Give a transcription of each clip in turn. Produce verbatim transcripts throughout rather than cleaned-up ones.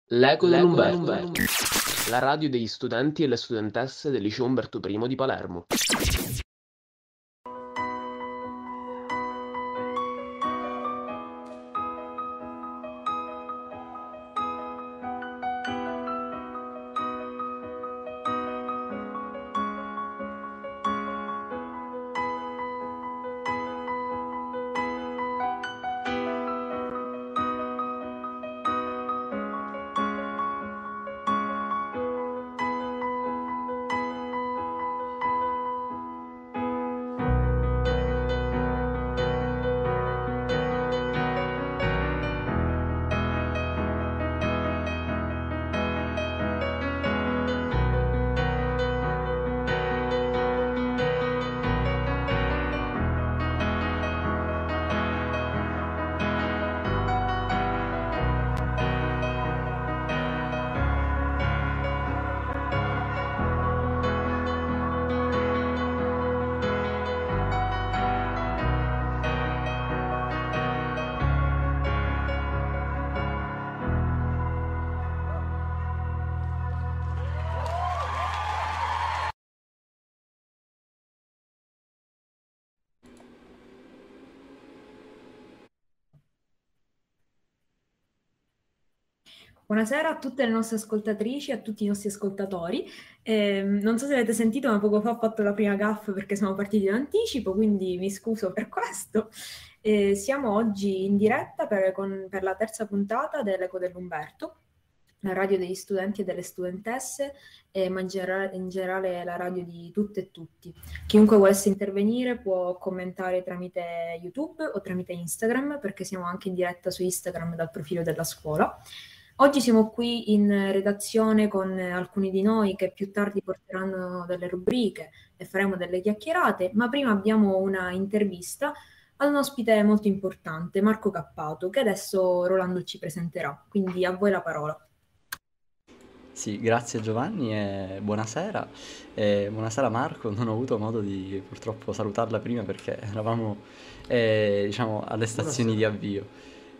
L'eco dell'Umberto, la radio degli studenti e le studentesse del liceo Umberto I di Palermo. Buonasera a tutte le nostre ascoltatrici e a tutti i nostri ascoltatori. Eh, non so se avete sentito, ma poco fa ho fatto la prima gaffe perché siamo partiti in anticipo, quindi mi scuso per questo. Eh, siamo oggi in diretta per, con- per la terza puntata dell'Eco dell'Umberto, la radio degli studenti e delle studentesse, eh, ma in, genera- in generale la radio di tutte e tutti. Chiunque volesse intervenire può commentare tramite YouTube o tramite Instagram, perché siamo anche in diretta su Instagram dal profilo della scuola. Oggi siamo qui in redazione con alcuni di noi che più tardi porteranno delle rubriche e faremo delle chiacchierate, ma prima abbiamo una intervista ad un ospite molto importante, Marco Cappato, che adesso Rolando ci presenterà. Quindi a voi la parola. Sì, grazie Giovanni e buonasera. E buonasera Marco, non ho avuto modo di purtroppo salutarla prima perché eravamo eh, diciamo alle stazioni di avvio.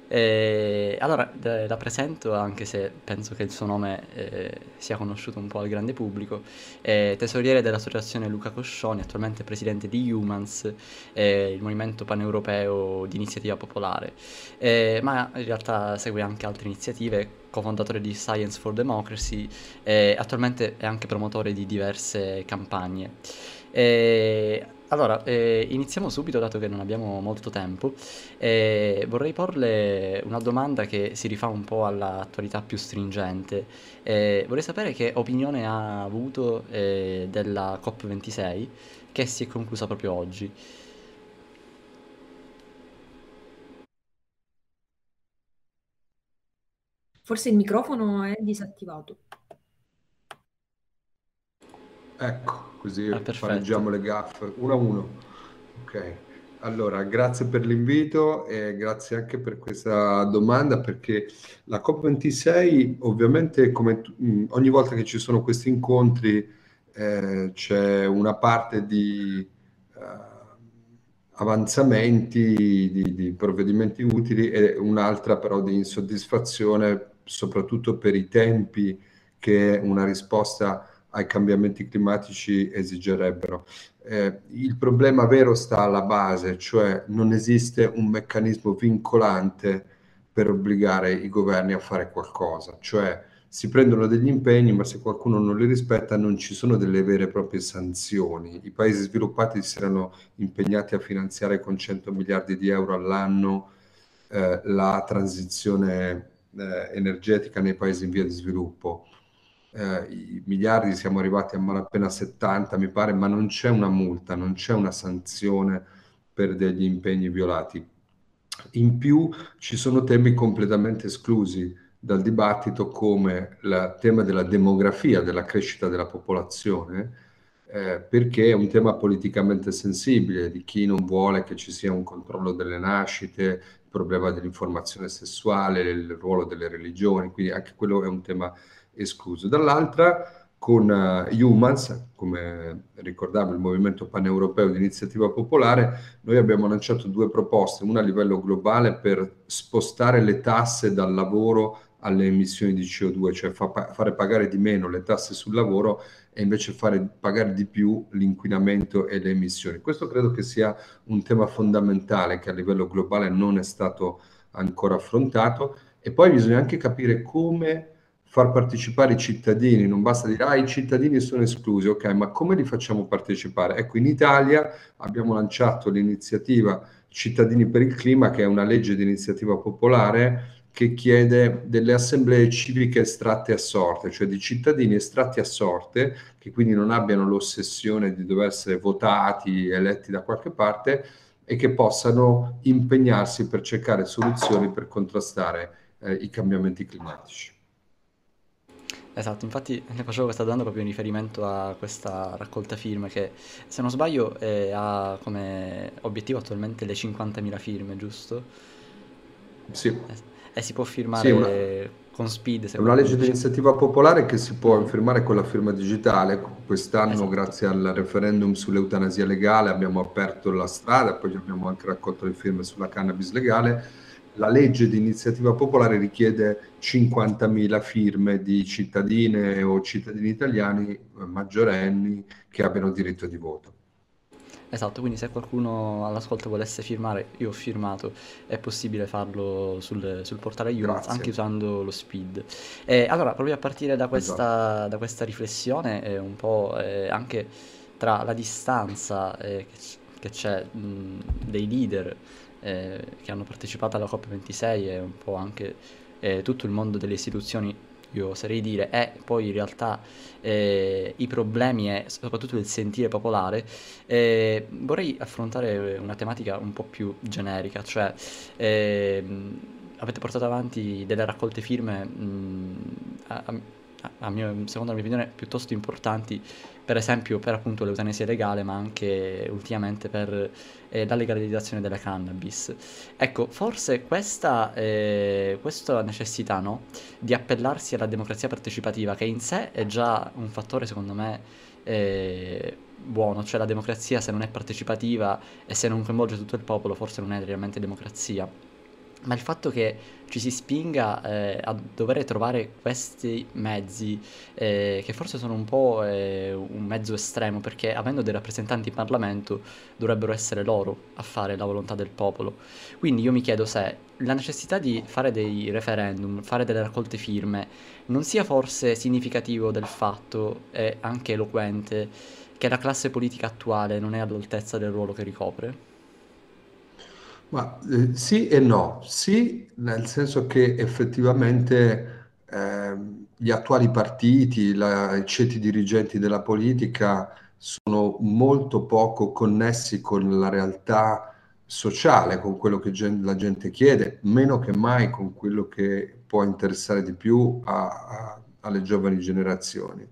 E allora eh, la presento anche se penso che il suo nome eh, sia conosciuto un po' al grande pubblico. È tesoriere dell'associazione Luca Coscioni, attualmente presidente di Humans, eh, il movimento paneuropeo di iniziativa popolare. Eh, ma in realtà segue anche altre iniziative, cofondatore di Science for Democracy e attualmente è anche promotore di diverse campagne. E, allora, eh, iniziamo subito dato che non abbiamo molto tempo. E vorrei porle una domanda che si rifà un po' all'attualità più stringente. E vorrei sapere che opinione ha avuto eh, della COP ventisei che si è conclusa proprio oggi. Forse il microfono è disattivato. Ecco, così Ah, perfetto. pareggiamo le gaffe. uno a uno. Ok. Allora, grazie per l'invito e grazie anche per questa domanda, perché la COP ventisei, ovviamente, come tu- mh, ogni volta che ci sono questi incontri, eh, c'è una parte di eh, avanzamenti, di, di provvedimenti utili e un'altra però di insoddisfazione, soprattutto per i tempi che una risposta ai cambiamenti climatici esigerebbero. Eh, il problema vero sta alla base, cioè non esiste un meccanismo vincolante per obbligare i governi a fare qualcosa, cioè si prendono degli impegni, ma se qualcuno non li rispetta non ci sono delle vere e proprie sanzioni. I paesi sviluppati si erano impegnati a finanziare con cento miliardi di euro all'anno eh, la transizione eh, energetica nei paesi in via di sviluppo. Eh, I miliardi siamo arrivati a malapena settanta, mi pare, ma non c'è una multa, non c'è una sanzione per degli impegni violati. In più ci sono temi completamente esclusi dal dibattito, come il tema della demografia, della crescita della popolazione, eh, perché è un tema politicamente sensibile di chi non vuole che ci sia un controllo delle nascite, il problema dell'informazione sessuale, il ruolo delle religioni, quindi anche quello è un tema escluso. Dall'altra, con uh, Humans, come ricordavo, il movimento paneuropeo di iniziativa popolare, noi abbiamo lanciato due proposte, una a livello globale per spostare le tasse dal lavoro alle emissioni di C O due, cioè fa pa- fare pagare di meno le tasse sul lavoro e invece fare pagare di più l'inquinamento e le emissioni. Questo credo che sia un tema fondamentale che a livello globale non è stato ancora affrontato, e poi bisogna anche capire come far partecipare i cittadini. Non basta dire ah, i cittadini sono esclusi, ok, ma come li facciamo partecipare? Ecco, in Italia abbiamo lanciato l'iniziativa Cittadini per il Clima, che è una legge di iniziativa popolare che chiede delle assemblee civiche estratte a sorte, cioè di cittadini estratti a sorte, che quindi non abbiano l'ossessione di dover essere votati, eletti da qualche parte, e che possano impegnarsi per cercare soluzioni per contrastare eh, i cambiamenti climatici. Esatto, infatti ne facevo questa domanda proprio in riferimento a questa raccolta firme che, se non sbaglio, eh, ha come obiettivo attualmente le cinquantamila firme, giusto? Sì. E, e si può Sì, firmare una, con Speed, se è una qualcuno legge di dice. iniziativa popolare che si può Mhm. firmare con la firma digitale. Quest'anno, Esatto. grazie al referendum sull'eutanasia legale, abbiamo aperto la strada, poi abbiamo anche raccolto le firme sulla cannabis legale. La legge di iniziativa popolare richiede cinquantamila firme di cittadine o cittadini italiani eh, maggiorenni che abbiano diritto di voto. Esatto, quindi se qualcuno all'ascolto volesse firmare, io ho firmato, è possibile farlo sul, sul portale Unaz, anche Grazie. usando lo Speed. E allora, proprio a partire da Esatto. questa, da questa riflessione, eh, un po' eh, anche tra la distanza eh, che c- che c'è mh, dei leader eh, che hanno partecipato alla COP ventisei e un po' anche eh, tutto il mondo delle istituzioni, io oserei dire, e poi in realtà eh, i problemi e soprattutto il sentire popolare. Eh, vorrei affrontare una tematica un po' più generica, cioè ehm, avete portato avanti delle raccolte firme, mh, a, a- a mio- secondo la mia opinione, piuttosto importanti, per esempio per appunto l'eutanasia legale, ma anche ultimamente per eh, la legalizzazione della cannabis. Ecco, forse questa, eh, questa necessità, no, di appellarsi alla democrazia partecipativa, che in sé è già un fattore, secondo me, eh, buono, cioè la democrazia se non è partecipativa e se non coinvolge tutto il popolo, forse non è realmente democrazia. Ma il fatto che ci si spinga eh, a dover trovare questi mezzi, eh, che forse sono un po' eh, un mezzo estremo, perché avendo dei rappresentanti in Parlamento dovrebbero essere loro a fare la volontà del popolo. Quindi io mi chiedo se la necessità di fare dei referendum, fare delle raccolte firme, non sia forse significativo del fatto, e anche eloquente, che la classe politica attuale non è all'altezza del ruolo che ricopre. Ma eh, sì e no, sì, nel senso che effettivamente ehm, gli attuali partiti, la- i ceti dirigenti della politica sono molto poco connessi con la realtà sociale, con quello che gen- la gente chiede, meno che mai con quello che può interessare di più a- a- alle giovani generazioni.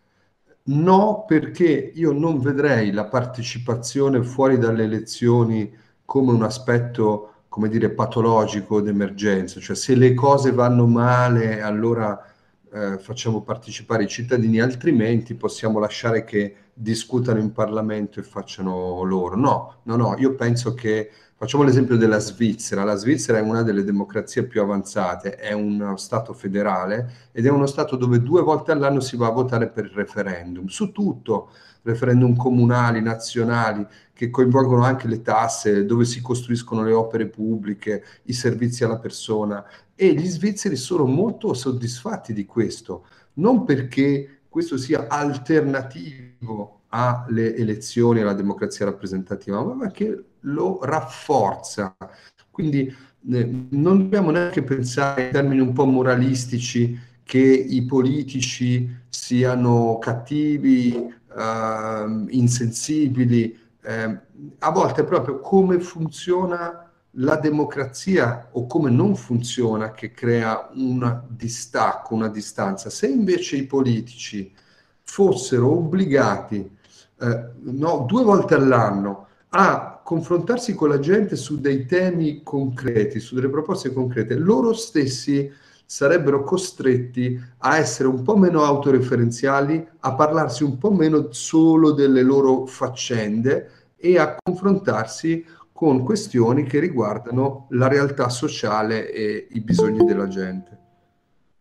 No, perché io non vedrei la partecipazione fuori dalle elezioni come un aspetto, come dire, patologico d'emergenza. Cioè, se le cose vanno male, allora eh, facciamo partecipare i cittadini, altrimenti possiamo lasciare che discutano in Parlamento e facciano loro. No, no, no, io penso che facciamo l'esempio della Svizzera. La Svizzera è una delle democrazie più avanzate, è uno Stato federale ed è uno Stato dove due volte all'anno si va a votare per il referendum, su tutto, referendum comunali, nazionali, che coinvolgono anche le tasse, dove si costruiscono le opere pubbliche, i servizi alla persona. E gli svizzeri sono molto soddisfatti di questo, non perché questo sia alternativo alle elezioni, alla democrazia rappresentativa, ma perché lo rafforza. Quindi eh, non dobbiamo neanche pensare in termini un po' moralistici che i politici siano cattivi, eh, insensibili. Eh, a volte è proprio come funziona la democrazia o come non funziona che crea un distacco, una distanza. Se invece i politici fossero obbligati eh, no, due volte all'anno a confrontarsi con la gente su dei temi concreti, su delle proposte concrete, loro stessi sarebbero costretti a essere un po' meno autoreferenziali, a parlarsi un po' meno solo delle loro faccende e a confrontarsi con questioni che riguardano la realtà sociale e i bisogni della gente.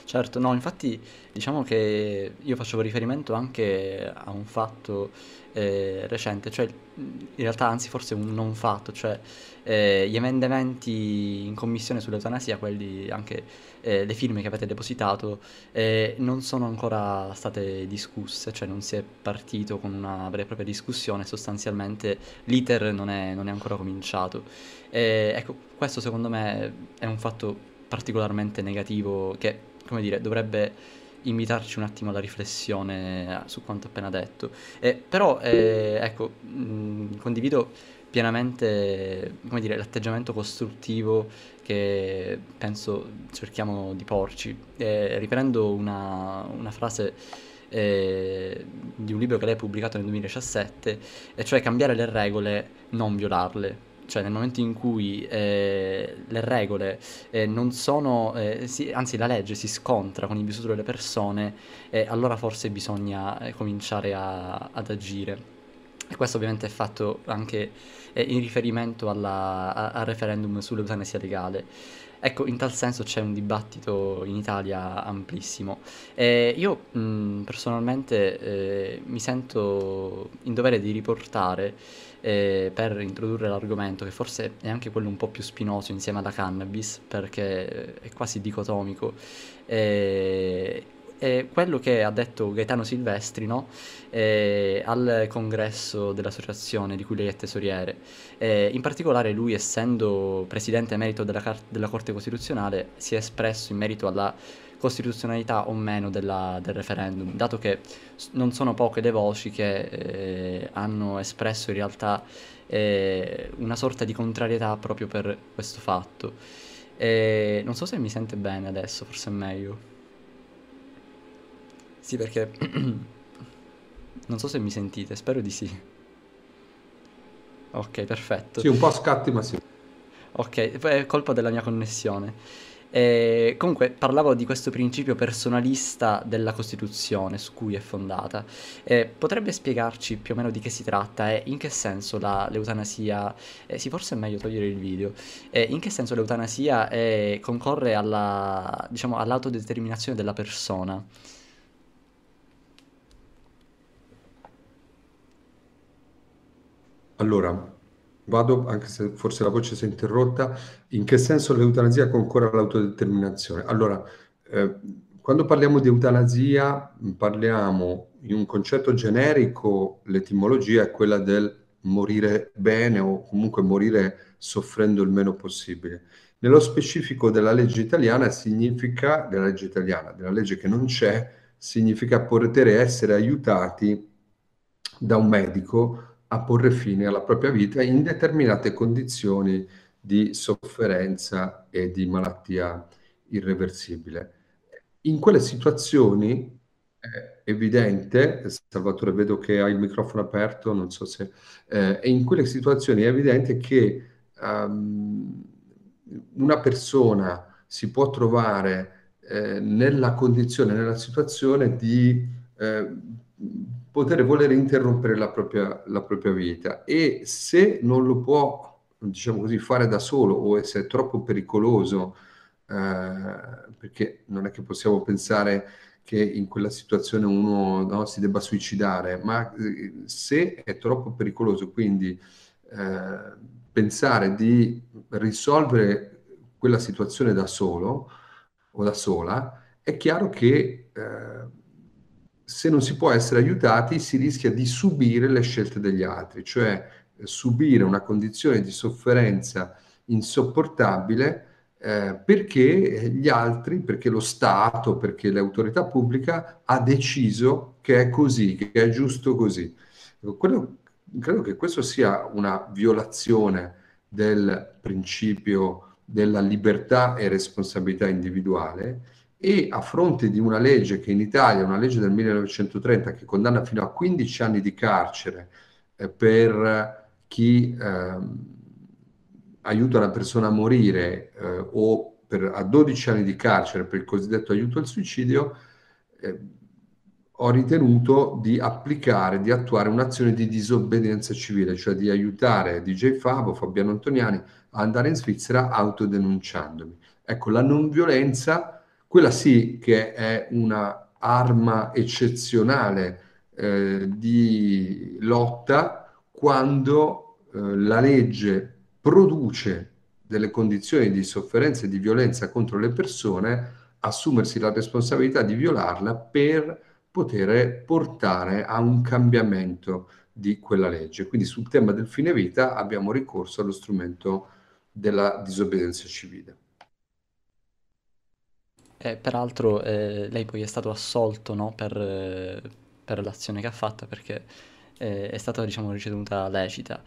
Certo, no, infatti diciamo che io facevo riferimento anche a un fatto eh, recente, cioè in realtà anzi forse un non fatto, cioè eh, gli emendamenti in commissione sull'eutanasia, quelli anche eh, le firme che avete depositato, eh, non sono ancora state discusse, cioè non si è partito con una vera e propria discussione, sostanzialmente l'iter non è, non è ancora cominciato. Eh, ecco, questo secondo me è un fatto particolarmente negativo che, come dire, dovrebbe invitarci un attimo alla riflessione su quanto appena detto. Eh, però, eh, ecco, mh, condivido pienamente, come dire, l'atteggiamento costruttivo che penso cerchiamo di porci. Eh, riprendo una, una frase eh, di un libro che lei ha pubblicato nel duemiladiciassette, e cioè cambiare le regole, non violarle. Cioè nel momento in cui eh, le regole eh, non sono, eh, si- anzi la legge si scontra con il vissuto delle persone, eh, allora forse bisogna eh, cominciare a- ad agire. E questo ovviamente è fatto anche eh, in riferimento alla- a- al referendum sull'eutanasia legale. Ecco, in tal senso c'è un dibattito in Italia amplissimo. E io mh, personalmente eh, mi sento in dovere di riportare, eh, per introdurre l'argomento, che forse è anche quello un po' più spinoso insieme alla cannabis, perché è quasi dicotomico, eh, è quello che ha detto Gaetano Silvestri, no? Eh, al congresso dell'associazione di cui lei è tesoriere. Eh, in particolare lui, essendo presidente emerito della, Car- della Corte Costituzionale, si è espresso in merito alla costituzionalità o meno della- del referendum, dato che s- non sono poche le voci che eh, hanno espresso in realtà eh, una sorta di contrarietà proprio per questo fatto. E non so se mi sente bene adesso, forse è meglio. Sì, perché non so se mi sentite, spero di sì. Ok, perfetto. Sì, un po' a scatti, ma sì. Ok, è colpa della mia connessione. E comunque parlavo di questo principio personalista della Costituzione su cui è fondata. E potrebbe spiegarci più o meno di che si tratta e in che senso la- l'eutanasia, eh, sì, forse è meglio togliere il video, e in che senso l'eutanasia eh, concorre alla, diciamo, all'autodeterminazione della persona. Allora, vado, anche se forse la voce si è interrotta, in che senso l'eutanasia concorre all'autodeterminazione? Allora, eh, quando parliamo di eutanasia, mh, parliamo in un concetto generico, l'etimologia è quella del morire bene o comunque morire soffrendo il meno possibile. Nello specifico della legge italiana significa, della legge italiana, della legge che non c'è, significa poter essere aiutati da un medico a porre fine alla propria vita in determinate condizioni di sofferenza e di malattia irreversibile. In quelle situazioni è evidente, Salvatore, vedo che hai il microfono aperto, non so se... eh, e in quelle situazioni è evidente che ehm, una persona si può trovare eh, nella condizione, nella situazione di eh, poter voler interrompere la propria, la propria vita e se non lo può, diciamo così, fare da solo o se è troppo pericoloso, eh, perché non è che possiamo pensare che in quella situazione uno, no, si debba suicidare, ma eh, se è troppo pericoloso, quindi eh, pensare di risolvere quella situazione da solo o da sola, è chiaro che eh, se non si può essere aiutati si rischia di subire le scelte degli altri, cioè eh, subire una condizione di sofferenza insopportabile eh, perché gli altri, perché lo Stato, perché l'autorità pubblica ha deciso che è così, che è giusto così. Ecco, quello- credo che questo sia una violazione del principio della libertà e responsabilità individuale e a fronte di una legge che in Italia, una legge del millenovecentotrenta che condanna fino a quindici anni di carcere eh, per chi ehm, aiuta una persona a morire eh, o per, a dodici anni di carcere per il cosiddetto aiuto al suicidio, eh, ho ritenuto di applicare, di attuare un'azione di disobbedienza civile, cioè di aiutare D J Fabo, Fabiano Antoniani, a andare in Svizzera autodenunciandomi. Ecco, la non violenza quella sì che è una arma eccezionale eh, di lotta quando eh, la legge produce delle condizioni di sofferenza e di violenza contro le persone, assumersi la responsabilità di violarla per poter portare a un cambiamento di quella legge. Quindi sul tema del fine vita abbiamo ricorso allo strumento della disobbedienza civile. E peraltro eh, lei poi è stato assolto, no, per, eh, per l'azione che ha fatto perché eh, è stata, diciamo, ritenuta lecita.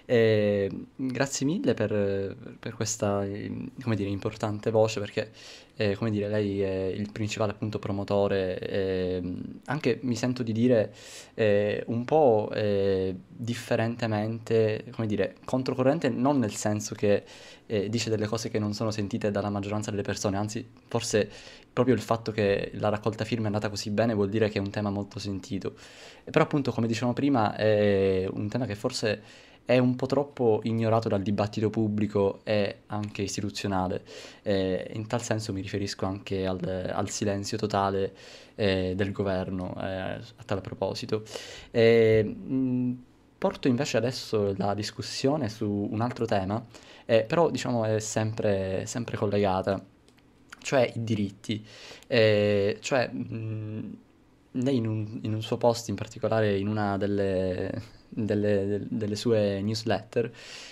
E, grazie mille per, per questa, eh, come dire, importante voce perché, eh, come dire, lei è il principale appunto promotore, eh, anche mi sento di dire eh, un po' eh, differentemente, come dire, controcorrente, non nel senso che eh, dice delle cose che non sono sentite dalla maggioranza delle persone, anzi forse proprio il fatto che la raccolta firme è andata così bene vuol dire che è un tema molto sentito. E però appunto, come dicevamo prima, è un tema che forse è un po' troppo ignorato dal dibattito pubblico e anche istituzionale. Eh, in tal senso mi riferisco anche al, al silenzio totale eh, del governo eh, a tale proposito. E, mh, porto invece adesso la discussione su un altro tema, eh, però diciamo è sempre, sempre collegata, cioè i diritti. Eh, cioè, mh, lei in un, in un suo post, in particolare in una delle, delle- delle sue newsletter,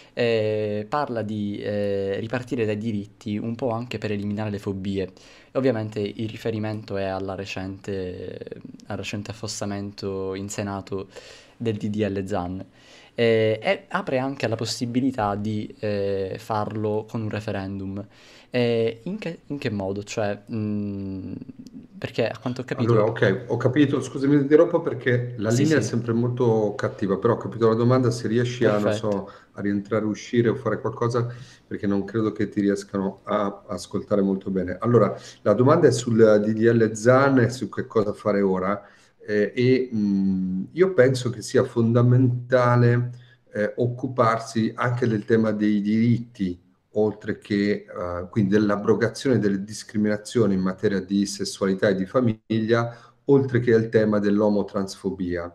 eh, parla di eh, ripartire dai diritti un po' anche per eliminare le fobie. E ovviamente il riferimento è alla recente, al recente affossamento in Senato del D D L Zan. Eh, e apre anche alla possibilità di eh, farlo con un referendum. Eh, in che, in che modo? Cioè, mh, perché a quanto ho Allora, capito... ok, ho capito, scusami, ti interrompo perché la Sì, linea è sì, sempre molto cattiva, però ho capito la domanda, se riesci a, non perfetto. so, a rientrare, uscire o fare qualcosa, perché non credo che ti riescano a ascoltare molto bene. Allora, la domanda è sul D D L Zan e su che cosa fare ora, eh, e mh, io penso che sia fondamentale eh, occuparsi anche del tema dei diritti oltre che eh, quindi dell'abrogazione delle discriminazioni in materia di sessualità e di famiglia, oltre che al tema dell'omotransfobia.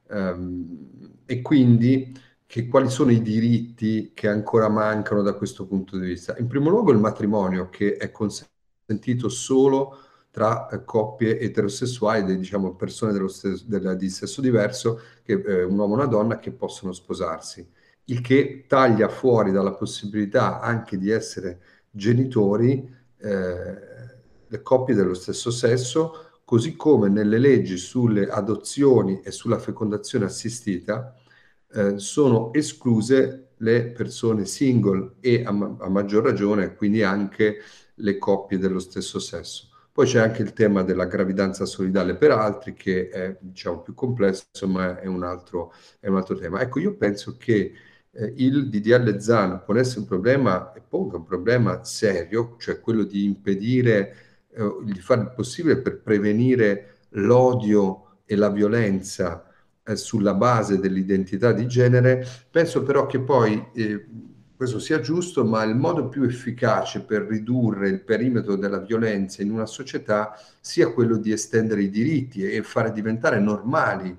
Ehm, e quindi che, quali sono i diritti che ancora mancano da questo punto di vista? In primo luogo il matrimonio, che è consentito solo tra eh, coppie eterosessuali, de- diciamo persone dello stesso, della- di sesso diverso, che, eh, un uomo e una donna che possono sposarsi, il che taglia fuori dalla possibilità anche di essere genitori eh, le coppie dello stesso sesso, così come nelle leggi sulle adozioni e sulla fecondazione assistita eh, sono escluse le persone single e a, ma- a maggior ragione quindi anche le coppie dello stesso sesso. Poi c'è anche il tema della gravidanza solidale per altri, che è, diciamo, più complesso, ma è un altro, è un altro tema. Ecco, io penso che eh, il D D L Zan ponesse un problema e ponga un problema serio, cioè quello di impedire, eh, di fare il possibile per prevenire l'odio e la violenza eh, sulla base dell'identità di genere. Penso però che poi eh, questo sia giusto, ma il modo più efficace per ridurre il perimetro della violenza in una società sia quello di estendere i diritti e fare diventare normali,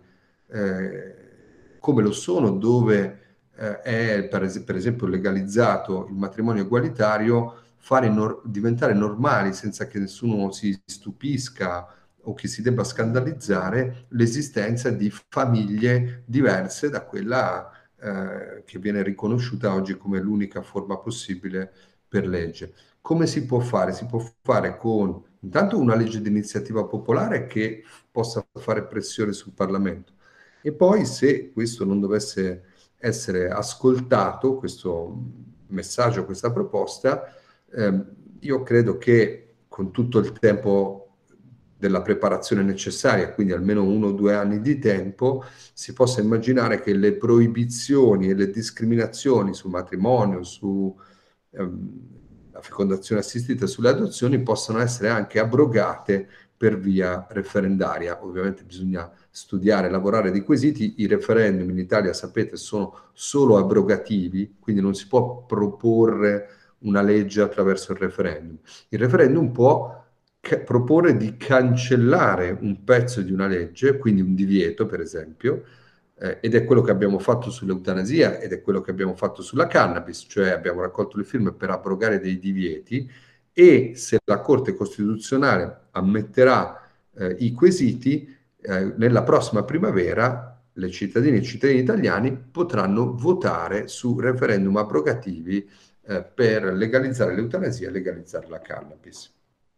eh, come lo sono dove eh, è per, es- per esempio legalizzato il matrimonio egualitario, fare nor- diventare normali senza che nessuno si stupisca o che si debba scandalizzare l'esistenza di famiglie diverse da quella eh, che viene riconosciuta oggi come l'unica forma possibile per legge. Come si può fare? Si può fare con intanto una legge di iniziativa popolare che possa fare pressione sul Parlamento e poi se questo non dovesse essere ascoltato, questo messaggio, questa proposta, ehm, io credo che con tutto il tempo della preparazione necessaria, quindi almeno uno o due anni di tempo, si possa immaginare che le proibizioni e le discriminazioni sul matrimonio, su ehm, la fecondazione assistita, sulle adozioni possano essere anche abrogate per via referendaria. Ovviamente bisogna studiare, lavorare dei quesiti. I referendum in Italia, sapete, sono solo abrogativi, quindi non si può proporre una legge attraverso il referendum. Il referendum può ca- proporre di cancellare un pezzo di una legge, quindi un divieto, per esempio, eh, ed è quello che abbiamo fatto sull'eutanasia ed è quello che abbiamo fatto sulla cannabis, cioè abbiamo raccolto le firme per abrogare dei divieti e se la Corte Costituzionale ammetterà eh, i quesiti, eh, nella prossima primavera le cittadine e i cittadini italiani potranno votare su referendum abrogativi eh, per legalizzare l'eutanasia e legalizzare la cannabis.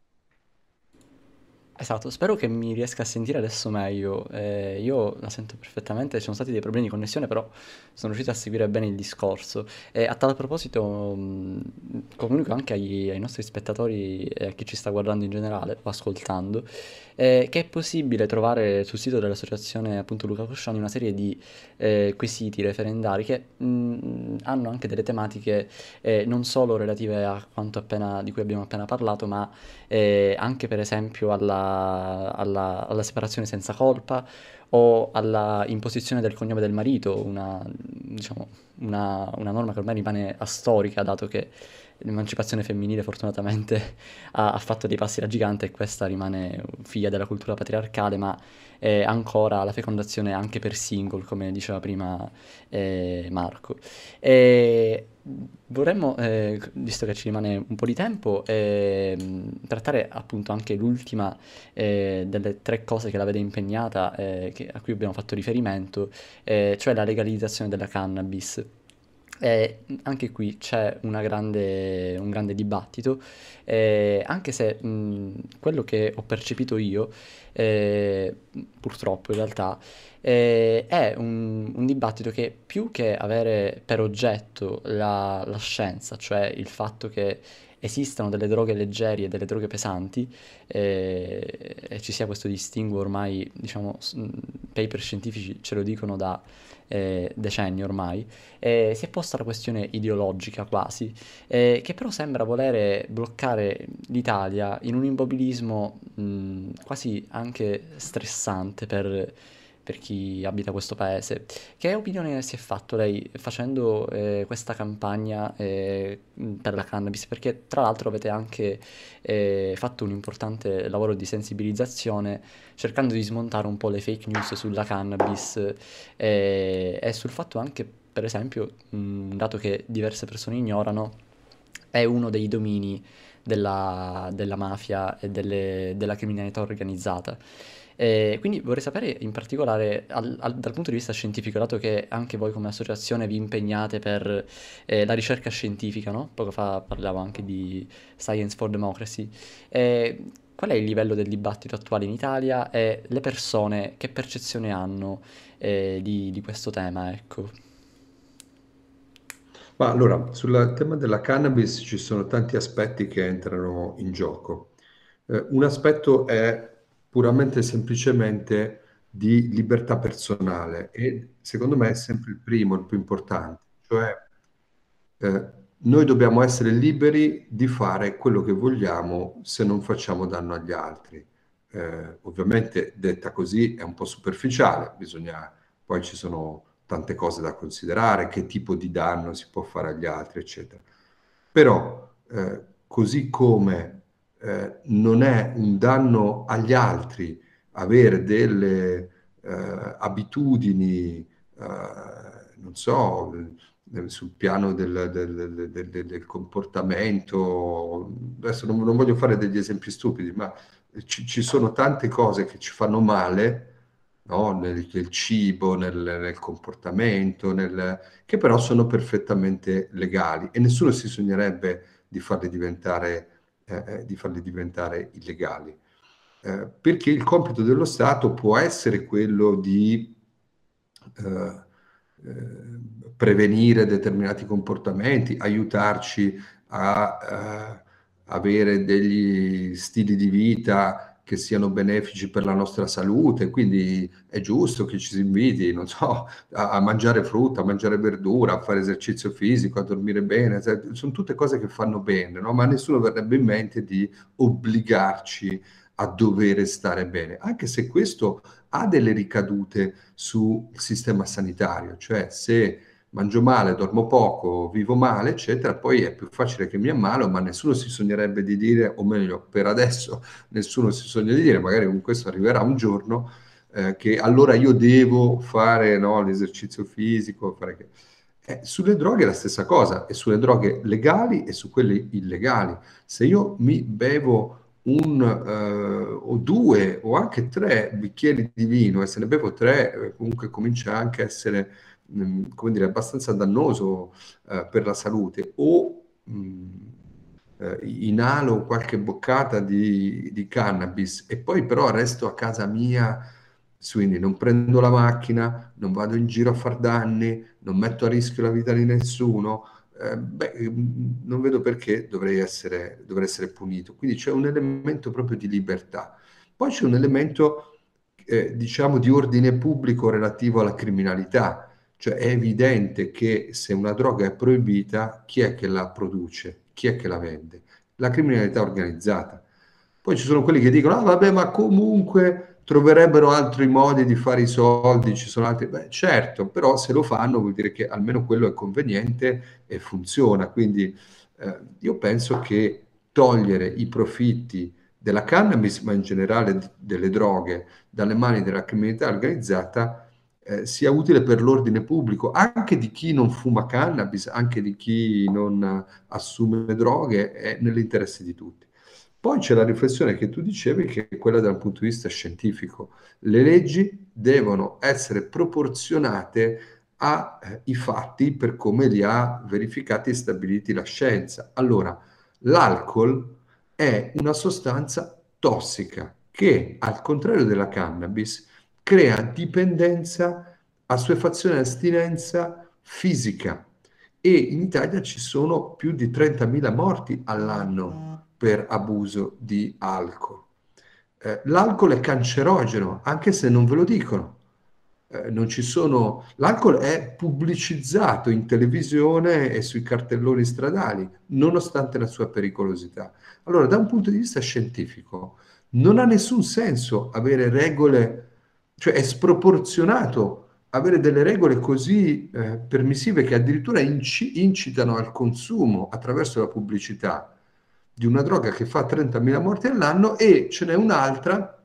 Esatto, spero che mi riesca a sentire adesso meglio. Eh, io la sento perfettamente, ci sono stati dei problemi di connessione, però sono riuscito a seguire bene il discorso. E a tal proposito, mh, comunico anche agli- ai nostri spettatori e a chi ci sta guardando in generale o ascoltando, eh, che è possibile trovare sul sito dell'associazione appunto Luca Coscioni una serie di eh, quesiti referendari che mh, hanno anche delle tematiche eh, non solo relative a quanto appena, di cui abbiamo appena parlato, ma eh, anche per esempio alla, alla- alla separazione senza colpa o alla imposizione del cognome del marito, una, diciamo, una, una norma che ormai rimane astorica, dato che l'emancipazione femminile fortunatamente ha, ha fatto dei passi da gigante e questa rimane figlia della cultura patriarcale, ma eh, ancora la fecondazione anche per single, come diceva prima eh, Marco. E vorremmo, eh, visto che ci rimane un po' di tempo, ehm, trattare appunto anche l'ultima eh, delle tre cose che la vede impegnata, eh, che- a cui abbiamo fatto riferimento, eh, cioè la legalizzazione della cannabis. E anche qui c'è una grande- un grande dibattito, eh, anche se mh, quello che ho percepito io, eh, purtroppo in realtà, eh, è un, un dibattito che più che avere per oggetto la, la scienza, cioè il fatto che esistano delle droghe leggeri e delle droghe pesanti, eh, e ci sia questo distinguo ormai, diciamo, s- mh, paper scientifici ce lo dicono da eh, decenni ormai, eh, si è posta la questione ideologica quasi, eh, che però sembra volere bloccare l'Italia in un immobilismo mh, quasi anche stressante per, per chi abita questo paese. Che opinione si è fatto lei facendo eh, questa campagna eh, mh, per la cannabis? Perché tra l'altro avete anche eh, fatto un importante lavoro di sensibilizzazione cercando di smontare un po' le fake news sulla cannabis eh, e sul fatto anche, per esempio, un dato che diverse persone ignorano, è uno dei domini della, della mafia e delle- della criminalità organizzata. E quindi vorrei sapere in particolare al- al- dal punto di vista scientifico, dato che anche voi come associazione vi impegnate per eh, la ricerca scientifica, no? Poco fa parlavo anche di Science for Democracy. Eh, qual è il livello del dibattito attuale in Italia e le persone che percezione hanno eh, di, di questo tema, ecco. Ma allora, sul tema della cannabis ci sono tanti aspetti che entrano in gioco. Eh, un aspetto è puramente e semplicemente di libertà personale e secondo me è sempre il primo, il più importante, cioè eh, noi dobbiamo essere liberi di fare quello che vogliamo se non facciamo danno agli altri. Eh, ovviamente detta così è un po' superficiale, bisogna, poi ci sono tante cose da considerare, che tipo di danno si può fare agli altri, eccetera. Però, eh, così come eh, non è un danno agli altri avere delle eh, abitudini, eh, non so, eh, sul piano del, del- del- del- del comportamento. Adesso non, non voglio fare degli esempi stupidi, ma ci, ci sono tante cose che ci fanno male, no? Nel, nel cibo, nel, nel comportamento, nel- che però sono perfettamente legali e nessuno si sognerebbe di farli diventare, eh, eh, di farli diventare illegali. Eh, perché il compito dello Stato può essere quello di eh, eh, prevenire determinati comportamenti, aiutarci a eh, avere degli stili di vita che siano benefici per la nostra salute, quindi è giusto che ci si inviti, non so, a, a mangiare frutta, a mangiare verdura, a fare esercizio fisico, a dormire bene, cioè, sono tutte cose che fanno bene, no? Ma nessuno verrebbe in mente di obbligarci a dover stare bene, anche se questo ha delle ricadute sul sistema sanitario, cioè se mangio male, dormo poco, vivo male, eccetera, poi è più facile che mi ammalo, ma nessuno si sognerebbe di dire, o meglio, per adesso nessuno si sogna di dire, magari con questo arriverà un giorno, eh, che allora io devo fare, no, l'esercizio fisico, fare che... Eh, sulle droghe è la stessa cosa, e sulle droghe legali e su quelle illegali. Se io mi bevo un eh, o due o anche tre bicchieri di vino, e se ne bevo tre, eh, comunque comincia anche a essere, mh, come dire, abbastanza dannoso eh, per la salute, o mh, eh, inalo qualche boccata di, di cannabis e poi però resto a casa mia, quindi non prendo la macchina, non vado in giro a far danni, non metto a rischio la vita di nessuno, eh, beh, mm, non vedo perché dovrei essere, dovrei essere punito. Quindi c'è un elemento proprio di libertà. Poi c'è un elemento, eh, diciamo, di ordine pubblico relativo alla criminalità. Cioè è evidente che se una droga è proibita, chi è che la produce? Chi è che la vende? La criminalità organizzata. Poi ci sono quelli che dicono, ah vabbè, ma comunque troverebbero altri modi di fare i soldi, ci sono altri... Beh, certo, però se lo fanno vuol dire che almeno quello è conveniente e funziona. Quindi eh, io penso che togliere i profitti della cannabis, ma in generale d- delle droghe, dalle mani della criminalità organizzata, eh, sia utile per l'ordine pubblico, anche di chi non fuma cannabis, anche di chi non eh, assume droghe, è nell'interesse di tutti. Poi c'è la riflessione che tu dicevi, che è quella dal punto di vista scientifico. Le leggi devono essere proporzionate ai fatti per come li ha verificati e stabiliti la scienza. Allora, l'alcol è una sostanza tossica che, al contrario della cannabis, crea dipendenza, assuefazione e astinenza fisica. E in Italia ci sono più di trentamila morti all'anno per abuso di alcol. Eh, l'alcol è cancerogeno, anche se non ve lo dicono. Eh, non ci sono... L'alcol è pubblicizzato in televisione e sui cartelloni stradali, nonostante la sua pericolosità. Allora, da un punto di vista scientifico, non ha nessun senso avere regole, cioè è sproporzionato avere delle regole così eh, permissive che addirittura inci- incitano al consumo attraverso la pubblicità di una droga che fa trentamila morti all'anno, e ce n'è un'altra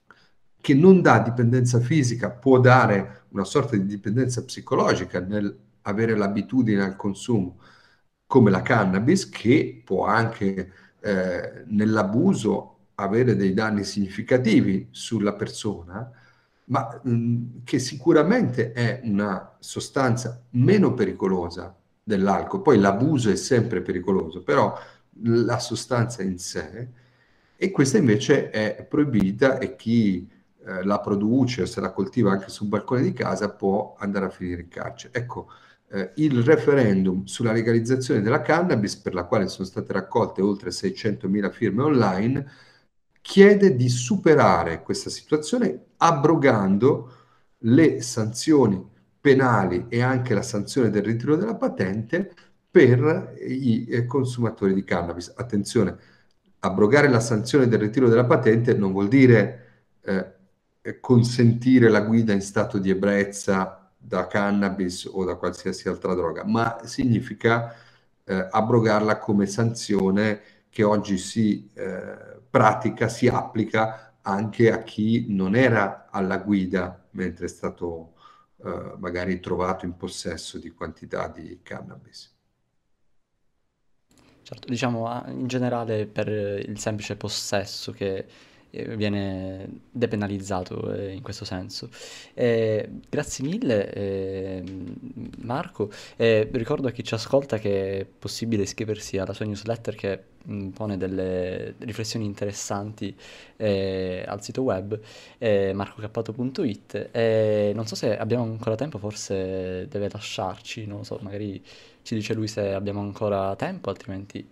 che non dà dipendenza fisica, può dare una sorta di dipendenza psicologica nel avere l'abitudine al consumo, come la cannabis, che può anche eh, nell'abuso avere dei danni significativi sulla persona, ma mh, che sicuramente è una sostanza meno pericolosa dell'alcol. Poi l'abuso è sempre pericoloso, però la sostanza in sé, e questa invece è proibita, e chi eh, la produce o se la coltiva anche sul balcone di casa può andare a finire in carcere. Ecco, eh, il referendum sulla legalizzazione della cannabis, per la quale sono state raccolte oltre seicentomila firme online, chiede di superare questa situazione abrogando le sanzioni penali e anche la sanzione del ritiro della patente per i eh, consumatori di cannabis. Attenzione, abrogare la sanzione del ritiro della patente non vuol dire eh, eh, consentire la guida in stato di ebbrezza da cannabis o da qualsiasi altra droga, ma significa eh, abrogarla come sanzione che oggi si eh, pratica, si applica anche a chi non era alla guida mentre è stato eh, magari trovato in possesso di quantità di cannabis. Certo, diciamo ah, in generale per il semplice possesso che eh, viene depenalizzato eh, in questo senso. Eh, grazie mille eh, Marco. Eh, ricordo a chi ci ascolta che è possibile iscriversi alla sua newsletter che mh, pone delle riflessioni interessanti eh, al sito web eh, marcocappato punto it. Eh, non so se abbiamo ancora tempo, forse deve lasciarci, non lo so, magari ci dice lui se abbiamo ancora tempo, altrimenti...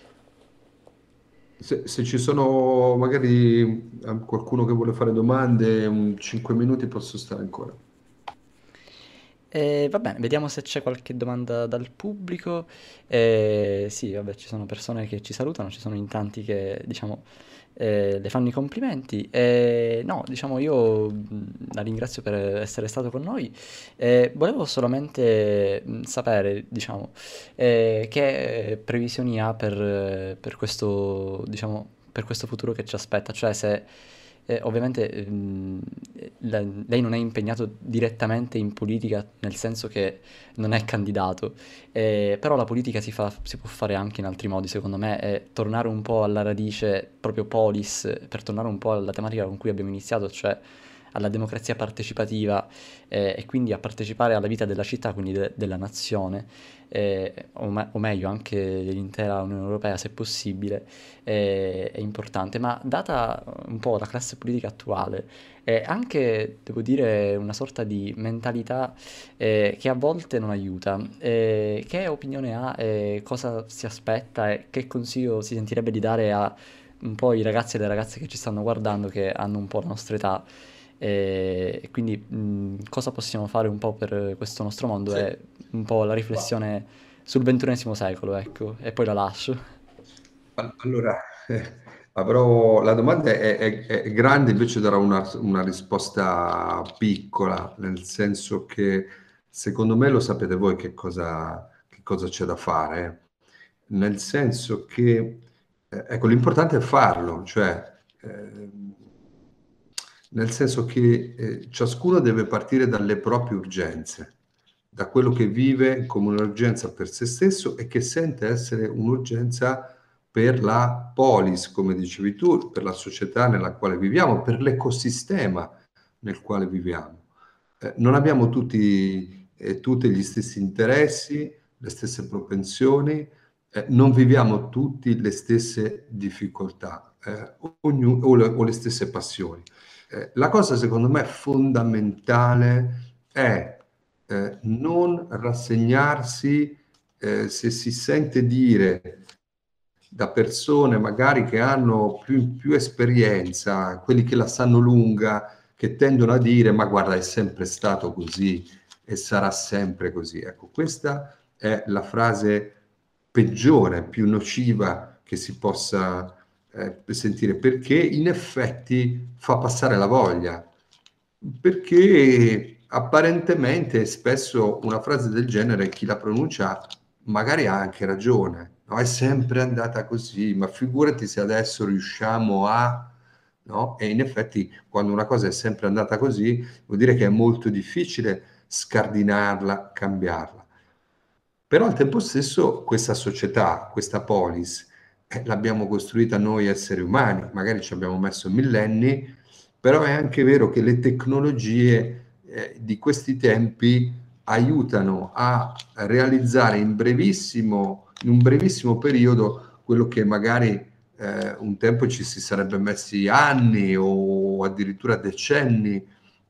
Se, se ci sono magari eh, qualcuno che vuole fare domande, un cinque minuti posso stare ancora. Eh, va bene, vediamo se c'è qualche domanda dal pubblico. Eh, sì, vabbè, ci sono persone che ci salutano, ci sono in tanti che, diciamo, eh, le fanno i complimenti e no, diciamo io mh, la ringrazio per essere stato con noi e volevo solamente mh, sapere, diciamo, eh, che previsioni ha per, per questo, diciamo, per questo futuro che ci aspetta, cioè se eh, ovviamente ehm, la- lei non è impegnato direttamente in politica, nel senso che non è candidato, eh, però la politica si fa- si può fare anche in altri modi, secondo me, e tornare un po' alla radice, proprio polis, per tornare un po' alla tematica con cui abbiamo iniziato, cioè alla democrazia partecipativa eh, e quindi a partecipare alla vita della città, quindi de- della nazione, eh, o, me- o meglio anche dell'intera Unione Europea se possibile, eh, è importante. Ma data un po' la classe politica attuale, è anche, devo dire, una sorta di mentalità eh, che a volte non aiuta. Eh, che opinione ha e cosa si aspetta e che consiglio si sentirebbe di dare a un po' i ragazzi e le ragazze che ci stanno guardando, che hanno un po' la nostra età? E e quindi mh, cosa possiamo fare un po' per questo nostro mondo? Sì. È un po' la Ma- riflessione sul ventunesimo secolo, ecco, e poi la lascio. Al- Allora, eh, avrò, la domanda è, è- è grande, invece darò una, una risposta piccola, nel senso che secondo me lo sapete voi che cosa, che cosa c'è da fare, nel senso che, eh, ecco, l'importante è farlo, cioè, ehm, nel senso che eh, ciascuno deve partire dalle proprie urgenze, da quello che vive come un'urgenza per se stesso e che sente essere un'urgenza per la polis, come dicevi tu, per la società nella quale viviamo, per l'ecosistema nel quale viviamo. Eh, non abbiamo tutti e tutte gli stessi interessi, le stesse propensioni, eh, non viviamo tutti le stesse difficoltà, eh, ognu- o le, o le stesse passioni. Eh, la cosa secondo me fondamentale è eh, non rassegnarsi eh, se si sente dire da persone magari che hanno più, più esperienza, quelli che la sanno lunga, che tendono a dire ma guarda è sempre stato così e sarà sempre così. Ecco, questa è la frase peggiore, più nociva che si possa eh, sentire, perché in effetti fa passare la voglia, perché apparentemente spesso una frase del genere chi la pronuncia magari ha anche ragione, no? È sempre andata così, ma figurati se adesso riusciamo a... No? E in effetti quando una cosa è sempre andata così vuol dire che è molto difficile scardinarla, cambiarla. Però al tempo stesso questa società, questa polis, eh, l'abbiamo costruita noi esseri umani, magari ci abbiamo messo millenni, però è anche vero che le tecnologie eh, di questi tempi aiutano a realizzare in brevissimo, in un brevissimo periodo quello che magari eh, un tempo ci si sarebbe messi anni o addirittura decenni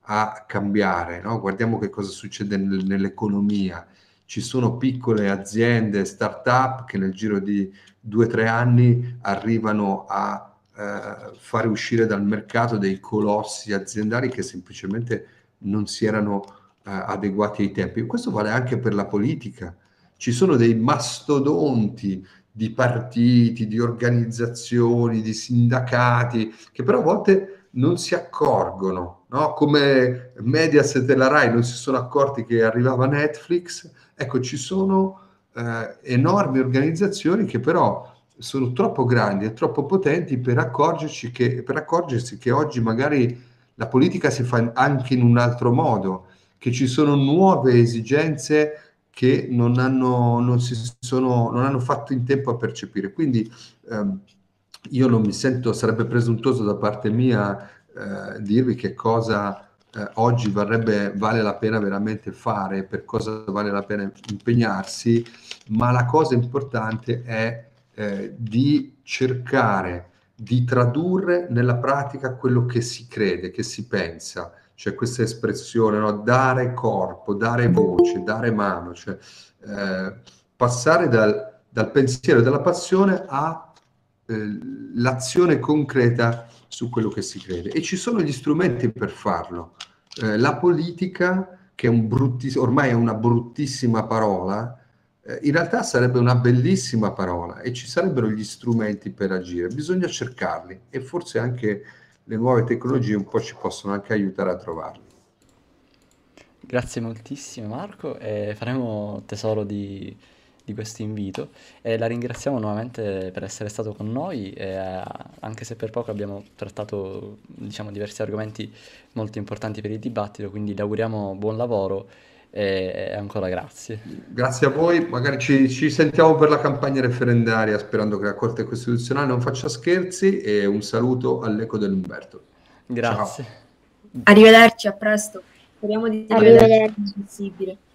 a cambiare, no? Guardiamo che cosa succede nel- nell'economia. Ci sono piccole aziende, start-up che nel giro di due o tre anni arrivano a eh, fare uscire dal mercato dei colossi aziendali che semplicemente non si erano eh, adeguati ai tempi. Questo vale anche per la politica. Ci sono dei mastodonti di partiti, di organizzazioni, di sindacati che però a volte non si accorgono, no? Come Mediaset e la Rai non si sono accorti che arrivava Netflix. Ecco, ci sono eh, enormi organizzazioni che però sono troppo grandi e troppo potenti per accorgerci che, per accorgersi che oggi magari la politica si fa anche in un altro modo, che ci sono nuove esigenze che non hanno, non si sono, non hanno fatto in tempo a percepire. Quindi ehm, io non mi sento, sarebbe presuntuoso da parte mia eh, dirvi che cosa eh, oggi varrebbe, vale la pena veramente fare, per cosa vale la pena impegnarsi, ma la cosa importante è eh, di cercare di tradurre nella pratica quello che si crede, che si pensa, cioè questa espressione, no? Dare corpo, dare voce, dare mano, cioè eh, passare dal, dal pensiero e dalla passione all'azione concreta su quello che si crede. E ci sono gli strumenti per farlo. Eh, la politica, che è un bruttis- ormai è una bruttissima parola, eh, in realtà sarebbe una bellissima parola e ci sarebbero gli strumenti per agire, bisogna cercarli e forse anche le nuove tecnologie un po' ci possono anche aiutare a trovarli. Grazie moltissimo Marco e faremo tesoro di, di questo invito e la ringraziamo nuovamente per essere stato con noi e eh, anche se per poco abbiamo trattato diciamo diversi argomenti molto importanti per il dibattito, quindi le auguriamo buon lavoro e, e ancora grazie. Grazie a voi, magari ci, ci sentiamo per la campagna referendaria sperando che la Corte Costituzionale non faccia scherzi e un saluto all'Eco dell'Umberto. Grazie. Ciao. Arrivederci, a presto. Speriamo di Arrivederci. il più possibile.